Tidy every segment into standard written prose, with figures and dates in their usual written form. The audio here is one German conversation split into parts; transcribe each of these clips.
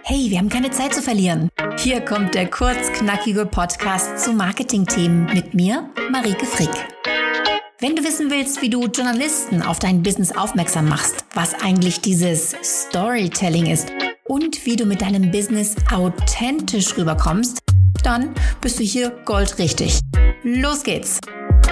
Hey, wir haben keine Zeit zu verlieren. Hier kommt der kurzknackige Podcast zu Marketingthemen mit mir, Marieke Frick. Wenn du wissen willst, wie du Journalisten auf dein Business aufmerksam machst, was eigentlich dieses Storytelling ist und wie du mit deinem Business authentisch rüberkommst, dann bist du hier goldrichtig. Los geht's!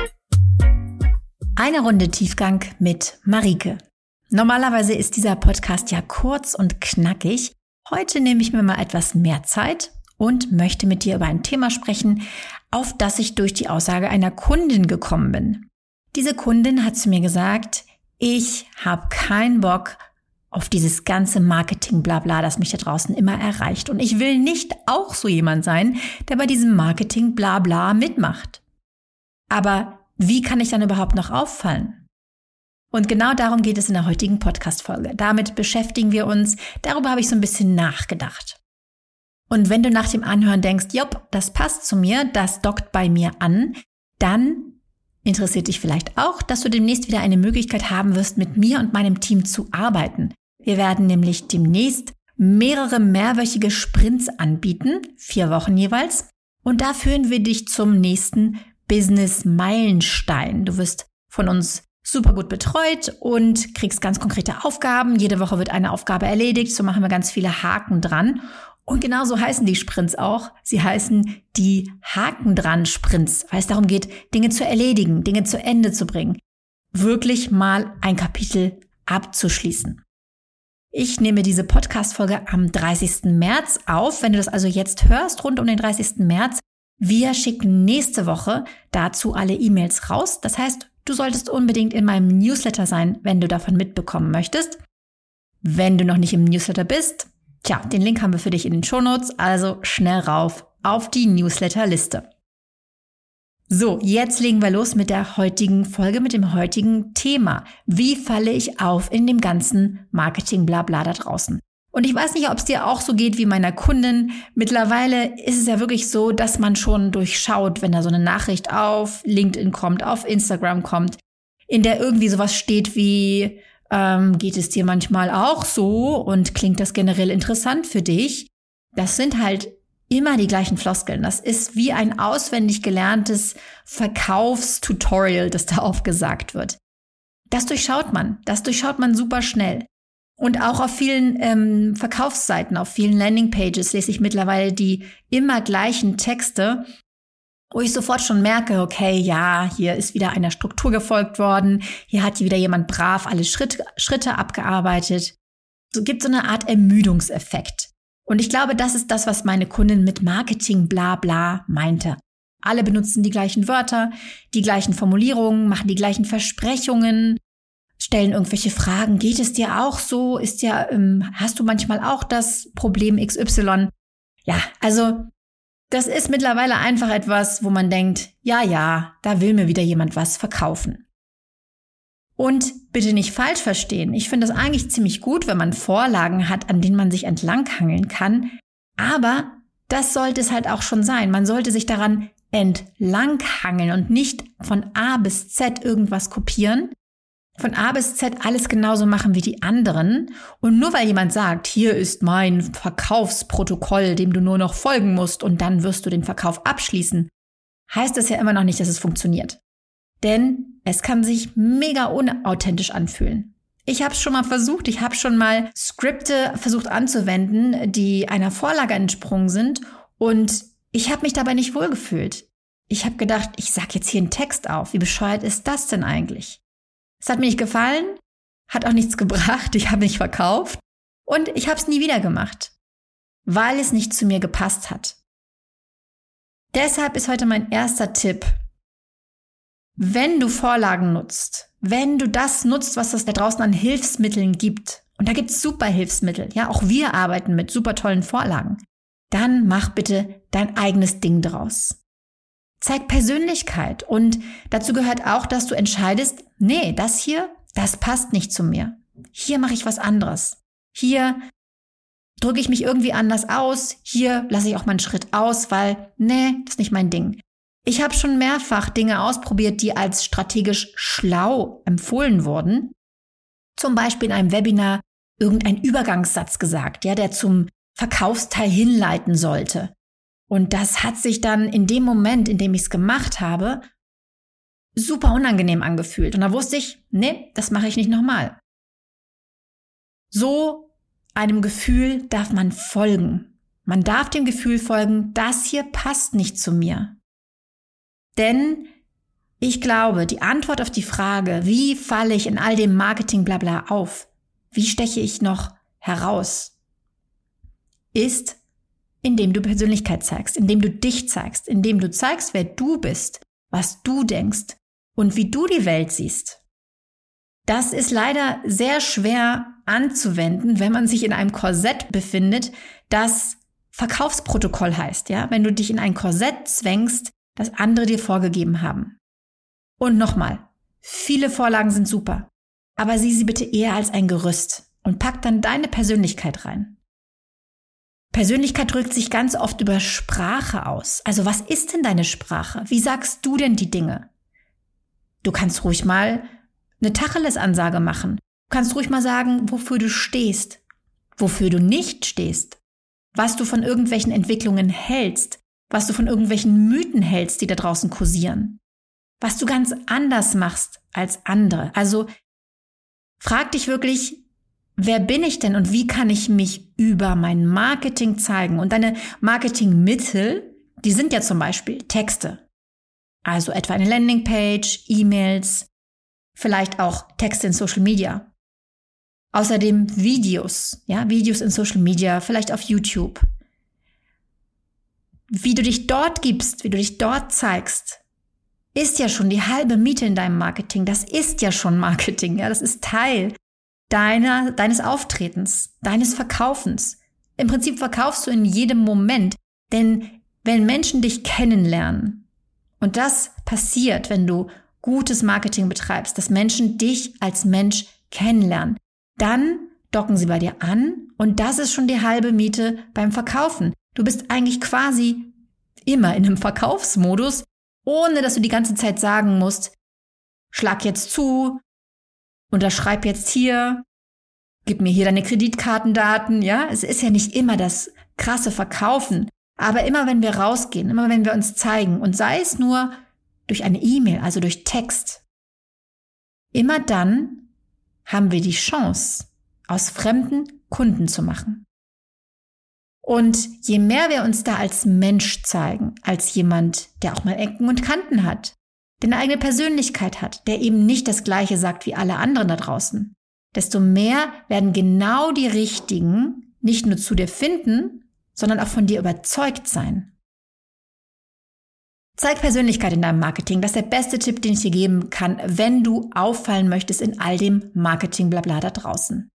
Eine Runde Tiefgang mit Marieke. Normalerweise ist dieser Podcast ja kurz und knackig. Heute nehme ich mir mal etwas mehr Zeit und möchte mit dir über ein Thema sprechen, auf das ich durch die Aussage einer Kundin gekommen bin. Diese Kundin hat zu mir gesagt, ich habe keinen Bock auf dieses ganze Marketing-Blabla, das mich da draußen immer erreicht. Und ich will nicht auch so jemand sein, der bei diesem Marketing-Blabla mitmacht. Aber wie kann ich dann überhaupt noch auffallen? Und genau darum geht es in der heutigen Podcast-Folge. Damit beschäftigen wir uns. Darüber habe ich so ein bisschen nachgedacht. Und wenn du nach dem Anhören denkst, jopp, das passt zu mir, das dockt bei mir an, dann interessiert dich vielleicht auch, dass du demnächst wieder eine Möglichkeit haben wirst, mit mir und meinem Team zu arbeiten. Wir werden nämlich demnächst mehrere mehrwöchige Sprints anbieten, 4 Wochen jeweils. Und da führen wir dich zum nächsten Business-Meilenstein. Du wirst von uns super gut betreut und kriegst ganz konkrete Aufgaben. Jede Woche wird eine Aufgabe erledigt, so machen wir ganz viele Haken dran. Und genauso heißen die Sprints auch. Sie heißen die Haken dran Sprints, weil es darum geht, Dinge zu erledigen, Dinge zu Ende zu bringen. Wirklich mal ein Kapitel abzuschließen. Ich nehme diese Podcast-Folge am 30. März auf. Wenn du das also jetzt hörst, rund um den 30. März, wir schicken nächste Woche dazu alle E-Mails raus. Das heißt, du solltest unbedingt in meinem Newsletter sein, wenn du davon mitbekommen möchtest. Wenn du noch nicht im Newsletter bist, den Link haben wir für dich in den Shownotes, also schnell rauf auf die Newsletterliste. So, jetzt legen wir los mit der heutigen Folge, mit dem heutigen Thema. Wie falle ich auf in dem ganzen Marketing-Blabla da draußen? Und ich weiß nicht, ob es dir auch so geht wie meiner Kundin. Mittlerweile ist es ja wirklich so, dass man schon durchschaut, wenn da so eine Nachricht auf LinkedIn kommt, auf Instagram kommt, in der irgendwie sowas steht wie, geht es dir manchmal auch so und klingt das generell interessant für dich? Das sind halt immer die gleichen Floskeln. Das ist wie ein auswendig gelerntes Verkaufstutorial, das da aufgesagt wird. Das durchschaut man super schnell. Und auch auf vielen Verkaufsseiten, auf vielen Landingpages lese ich mittlerweile die immer gleichen Texte, wo ich sofort schon merke, okay, ja, hier ist wieder einer Struktur gefolgt worden, hier hat wieder jemand brav alle Schritte abgearbeitet. So gibt so eine Art Ermüdungseffekt. Und ich glaube, das ist das, was meine Kundin mit Marketing Blabla meinte. Alle benutzen die gleichen Wörter, die gleichen Formulierungen, machen die gleichen Versprechungen, stellen irgendwelche Fragen. Geht es dir auch so? Hast du manchmal auch das Problem XY? Ja, also das ist mittlerweile einfach etwas, wo man denkt, ja, da will mir wieder jemand was verkaufen. Und bitte nicht falsch verstehen. Ich finde das eigentlich ziemlich gut, wenn man Vorlagen hat, an denen man sich entlanghangeln kann. Aber das sollte es halt auch schon sein. Man sollte sich daran entlanghangeln und nicht von A bis Z irgendwas kopieren. Von A bis Z alles genauso machen wie die anderen. Und nur weil jemand sagt, hier ist mein Verkaufsprotokoll, dem du nur noch folgen musst und dann wirst du den Verkauf abschließen, heißt das ja immer noch nicht, dass es funktioniert. Denn es kann sich mega unauthentisch anfühlen. Ich habe es schon mal versucht, ich habe schon mal Skripte versucht anzuwenden, die einer Vorlage entsprungen sind und ich habe mich dabei nicht wohlgefühlt. Ich habe gedacht, ich sag jetzt hier einen Text auf. Wie bescheuert ist das denn eigentlich? Es hat mir nicht gefallen, hat auch nichts gebracht, ich habe nicht verkauft und ich habe es nie wieder gemacht, weil es nicht zu mir gepasst hat. Deshalb ist heute mein erster Tipp, wenn du Vorlagen nutzt, wenn du das nutzt, was es da draußen an Hilfsmitteln gibt, und da gibt es super Hilfsmittel, ja, auch wir arbeiten mit super tollen Vorlagen, dann mach bitte dein eigenes Ding draus. Zeig Persönlichkeit und dazu gehört auch, dass du entscheidest, nee, das hier, das passt nicht zu mir. Hier mache ich was anderes. Hier drücke ich mich irgendwie anders aus. Hier lasse ich auch mal einen Schritt aus, weil, nee, das ist nicht mein Ding. Ich habe schon mehrfach Dinge ausprobiert, die als strategisch schlau empfohlen wurden. Zum Beispiel in einem Webinar irgendein Übergangssatz gesagt, ja, der zum Verkaufsteil hinleiten sollte. Und das hat sich dann in dem Moment, in dem ich es gemacht habe, super unangenehm angefühlt. Und da wusste ich, nee, das mache ich nicht nochmal. So einem Gefühl darf man folgen. Man darf dem Gefühl folgen, das hier passt nicht zu mir. Denn ich glaube, die Antwort auf die Frage, wie falle ich in all dem Marketing blabla auf, wie steche ich noch heraus, ist, indem du Persönlichkeit zeigst, indem du dich zeigst, indem du zeigst, wer du bist, was du denkst und wie du die Welt siehst. Das ist leider sehr schwer anzuwenden, wenn man sich in einem Korsett befindet, das Verkaufsprotokoll heißt, ja, wenn du dich in ein Korsett zwängst, das andere dir vorgegeben haben. Und nochmal, viele Vorlagen sind super, aber sieh sie bitte eher als ein Gerüst und pack dann deine Persönlichkeit rein. Persönlichkeit drückt sich ganz oft über Sprache aus. Also was ist denn deine Sprache? Wie sagst du denn die Dinge? Du kannst ruhig mal eine Tacheles-Ansage machen. Du kannst ruhig mal sagen, wofür du stehst, wofür du nicht stehst, was du von irgendwelchen Entwicklungen hältst, was du von irgendwelchen Mythen hältst, die da draußen kursieren, was du ganz anders machst als andere. Also frag dich wirklich, wer bin ich denn und wie kann ich mich über mein Marketing zeigen? Und deine Marketingmittel, die sind ja zum Beispiel Texte. Also etwa eine Landingpage, E-Mails, vielleicht auch Texte in Social Media. Außerdem Videos, ja, Videos in Social Media, vielleicht auf YouTube. Wie du dich dort gibst, wie du dich dort zeigst, ist ja schon die halbe Miete in deinem Marketing. Das ist ja schon Marketing, ja, das ist Teil deines Auftretens, deines Verkaufens. Im Prinzip verkaufst du in jedem Moment, denn wenn Menschen dich kennenlernen, und das passiert, wenn du gutes Marketing betreibst, dass Menschen dich als Mensch kennenlernen, dann docken sie bei dir an und das ist schon die halbe Miete beim Verkaufen. Du bist eigentlich quasi immer in einem Verkaufsmodus, ohne dass du die ganze Zeit sagen musst, schlag jetzt zu, unterschreib jetzt hier, gib mir hier deine Kreditkartendaten, ja. Es ist ja nicht immer das krasse Verkaufen, aber immer wenn wir rausgehen, immer wenn wir uns zeigen und sei es nur durch eine E-Mail, also durch Text, immer dann haben wir die Chance, aus Fremden Kunden zu machen. Und je mehr wir uns da als Mensch zeigen, als jemand, der auch mal Ecken und Kanten hat, der eine eigene Persönlichkeit hat, der eben nicht das Gleiche sagt wie alle anderen da draußen, desto mehr werden genau die Richtigen nicht nur zu dir finden, sondern auch von dir überzeugt sein. Zeig Persönlichkeit in deinem Marketing. Das ist der beste Tipp, den ich dir geben kann, wenn du auffallen möchtest in all dem Marketing-Blabla da draußen.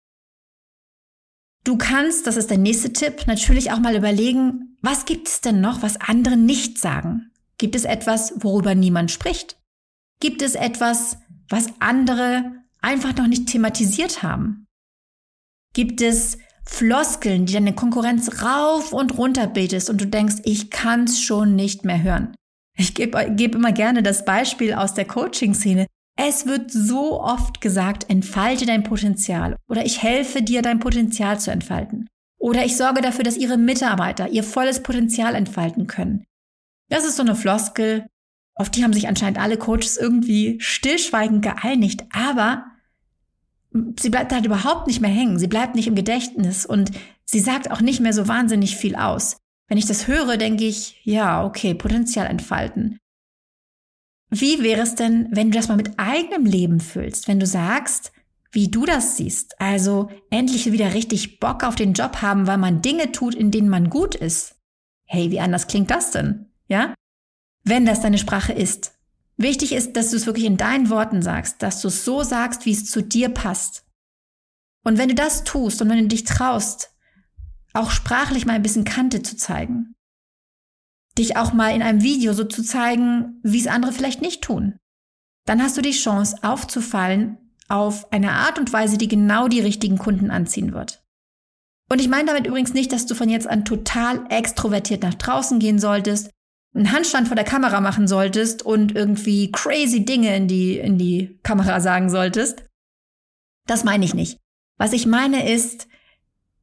Du kannst, das ist der nächste Tipp, natürlich auch mal überlegen, was gibt es denn noch, was andere nicht sagen? Gibt es etwas, worüber niemand spricht? Gibt es etwas, was andere einfach noch nicht thematisiert haben? Gibt es Floskeln, die deine Konkurrenz rauf und runter betest und du denkst, ich kann's schon nicht mehr hören? Ich gebe immer gerne das Beispiel aus der Coaching-Szene. Es wird so oft gesagt, entfalte dein Potenzial oder ich helfe dir, dein Potenzial zu entfalten. Oder ich sorge dafür, dass ihre Mitarbeiter ihr volles Potenzial entfalten können. Das ist so eine Floskel, auf die haben sich anscheinend alle Coaches irgendwie stillschweigend geeinigt, aber sie bleibt halt überhaupt nicht mehr hängen, sie bleibt nicht im Gedächtnis und sie sagt auch nicht mehr so wahnsinnig viel aus. Wenn ich das höre, denke ich, ja, okay, Potenzial entfalten. Wie wäre es denn, wenn du das mal mit eigenem Leben füllst, wenn du sagst, wie du das siehst, also endlich wieder richtig Bock auf den Job haben, weil man Dinge tut, in denen man gut ist. Hey, wie anders klingt das denn? Ja? Wenn das deine Sprache ist. Wichtig ist, dass du es wirklich in deinen Worten sagst, dass du es so sagst, wie es zu dir passt. Und wenn du das tust und wenn du dich traust, auch sprachlich mal ein bisschen Kante zu zeigen, dich auch mal in einem Video so zu zeigen, wie es andere vielleicht nicht tun, dann hast du die Chance aufzufallen auf eine Art und Weise, die genau die richtigen Kunden anziehen wird. Und ich meine damit übrigens nicht, dass du von jetzt an total extrovertiert nach draußen gehen solltest, einen Handstand vor der Kamera machen solltest und irgendwie crazy Dinge in die Kamera sagen solltest. Das meine ich nicht. Was ich meine ist,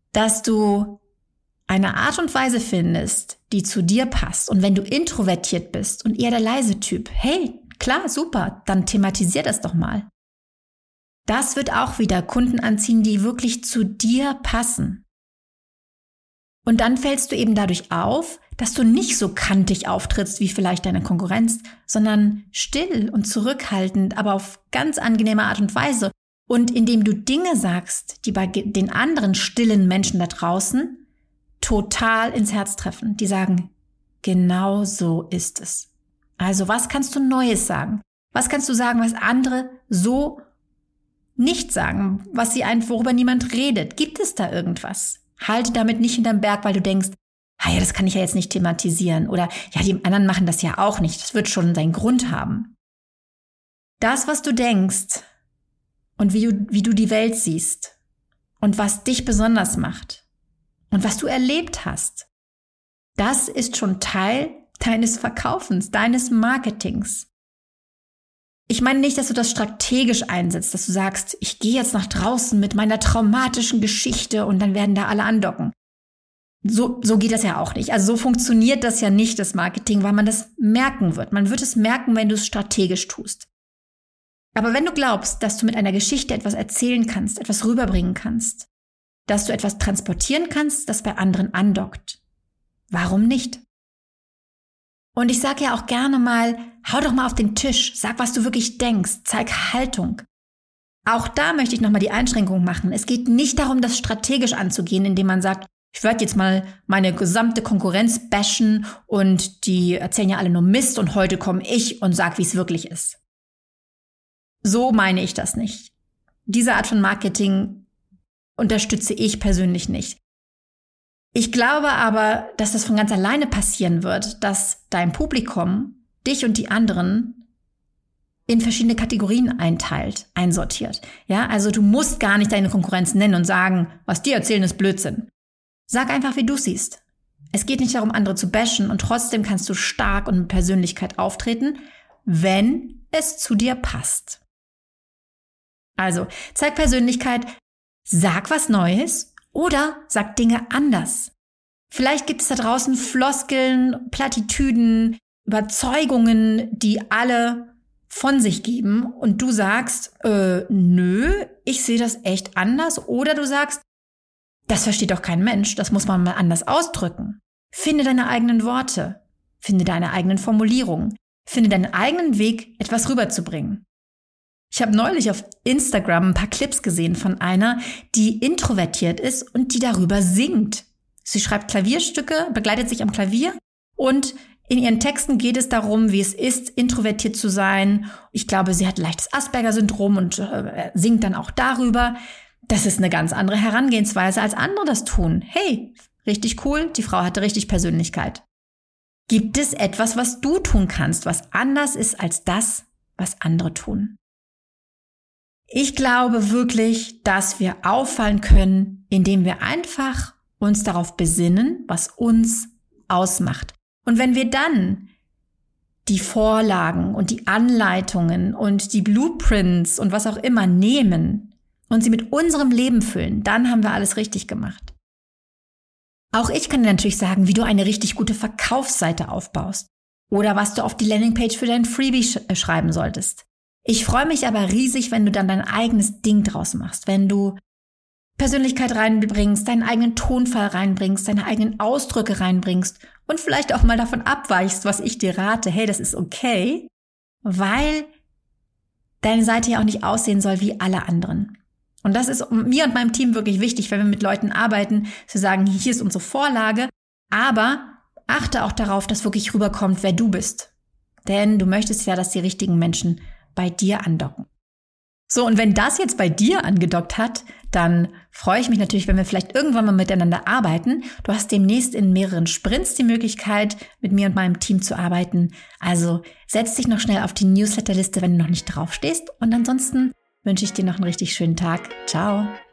dass du eine Art und Weise findest, die zu dir passt. Und wenn du introvertiert bist und eher der leise Typ, hey, klar, super, dann thematisier das doch mal. Das wird auch wieder Kunden anziehen, die wirklich zu dir passen. Und dann fällst du eben dadurch auf, dass du nicht so kantig auftrittst wie vielleicht deine Konkurrenz, sondern still und zurückhaltend, aber auf ganz angenehme Art und Weise. Und indem du Dinge sagst, die bei den anderen stillen Menschen da draußen total ins Herz treffen. Die sagen, genau so ist es. Also was kannst du Neues sagen? Was kannst du sagen, was andere so nicht sagen, worüber niemand redet? Gibt es da irgendwas? Halte damit nicht hinterm Berg, weil du denkst, ja, das kann ich ja jetzt nicht thematisieren. Oder ja, die anderen machen das ja auch nicht. Das wird schon seinen Grund haben. Das, was du denkst und wie du die Welt siehst und was dich besonders macht und was du erlebt hast, das ist schon Teil deines Verkaufens, deines Marketings. Ich meine nicht, dass du das strategisch einsetzt, dass du sagst, ich gehe jetzt nach draußen mit meiner traumatischen Geschichte und dann werden da alle andocken. So geht das ja auch nicht. Also so funktioniert das ja nicht, das Marketing, weil man das merken wird. Man wird es merken, wenn du es strategisch tust. Aber wenn du glaubst, dass du mit einer Geschichte etwas erzählen kannst, etwas rüberbringen kannst, dass du etwas transportieren kannst, das bei anderen andockt, warum nicht? Und ich sage ja auch gerne mal, hau doch mal auf den Tisch, sag, was du wirklich denkst, zeig Haltung. Auch da möchte ich nochmal die Einschränkung machen. Es geht nicht darum, das strategisch anzugehen, indem man sagt, ich werde jetzt mal meine gesamte Konkurrenz bashen und die erzählen ja alle nur Mist und heute komme ich und sag, wie es wirklich ist. So meine ich das nicht. Diese Art von Marketing unterstütze ich persönlich nicht. Ich glaube aber, dass das von ganz alleine passieren wird, dass dein Publikum dich und die anderen in verschiedene Kategorien einsortiert. Ja, also du musst gar nicht deine Konkurrenz nennen und sagen, was die erzählen, ist Blödsinn. Sag einfach, wie du siehst. Es geht nicht darum, andere zu bashen und trotzdem kannst du stark und mit Persönlichkeit auftreten, wenn es zu dir passt. Also, zeig Persönlichkeit, sag was Neues oder sag Dinge anders. Vielleicht gibt es da draußen Floskeln, Plattitüden, Überzeugungen, die alle von sich geben und du sagst, nö, ich sehe das echt anders. Oder du sagst, das versteht doch kein Mensch, das muss man mal anders ausdrücken. Finde deine eigenen Worte, finde deine eigenen Formulierungen, finde deinen eigenen Weg, etwas rüberzubringen. Ich habe neulich auf Instagram ein paar Clips gesehen von einer, die introvertiert ist und die darüber singt. Sie schreibt Klavierstücke, begleitet sich am Klavier und in ihren Texten geht es darum, wie es ist, introvertiert zu sein. Ich glaube, sie hat leichtes Asperger-Syndrom und singt dann auch darüber. Das ist eine ganz andere Herangehensweise, als andere das tun. Hey, richtig cool, die Frau hatte richtig Persönlichkeit. Gibt es etwas, was du tun kannst, was anders ist als das, was andere tun? Ich glaube wirklich, dass wir auffallen können, indem wir einfach uns darauf besinnen, was uns ausmacht. Und wenn wir dann die Vorlagen und die Anleitungen und die Blueprints und was auch immer nehmen und sie mit unserem Leben füllen, dann haben wir alles richtig gemacht. Auch ich kann dir natürlich sagen, wie du eine richtig gute Verkaufsseite aufbaust oder was du auf die Landingpage für dein Freebie schreiben solltest. Ich freue mich aber riesig, wenn du dann dein eigenes Ding draus machst, wenn du Persönlichkeit reinbringst, deinen eigenen Tonfall reinbringst, deine eigenen Ausdrücke reinbringst und vielleicht auch mal davon abweichst, was ich dir rate. Hey, das ist okay, weil deine Seite ja auch nicht aussehen soll wie alle anderen. Und das ist mir und meinem Team wirklich wichtig, wenn wir mit Leuten arbeiten, zu sagen, hier ist unsere Vorlage, aber achte auch darauf, dass wirklich rüberkommt, wer du bist. Denn du möchtest ja, dass die richtigen Menschen bei dir andocken. So, und wenn das jetzt bei dir angedockt hat, dann freue ich mich natürlich, wenn wir vielleicht irgendwann mal miteinander arbeiten. Du hast demnächst in mehreren Sprints die Möglichkeit, mit mir und meinem Team zu arbeiten. Also setz dich noch schnell auf die Newsletterliste, wenn du noch nicht drauf stehst. Und ansonsten wünsche ich dir noch einen richtig schönen Tag. Ciao.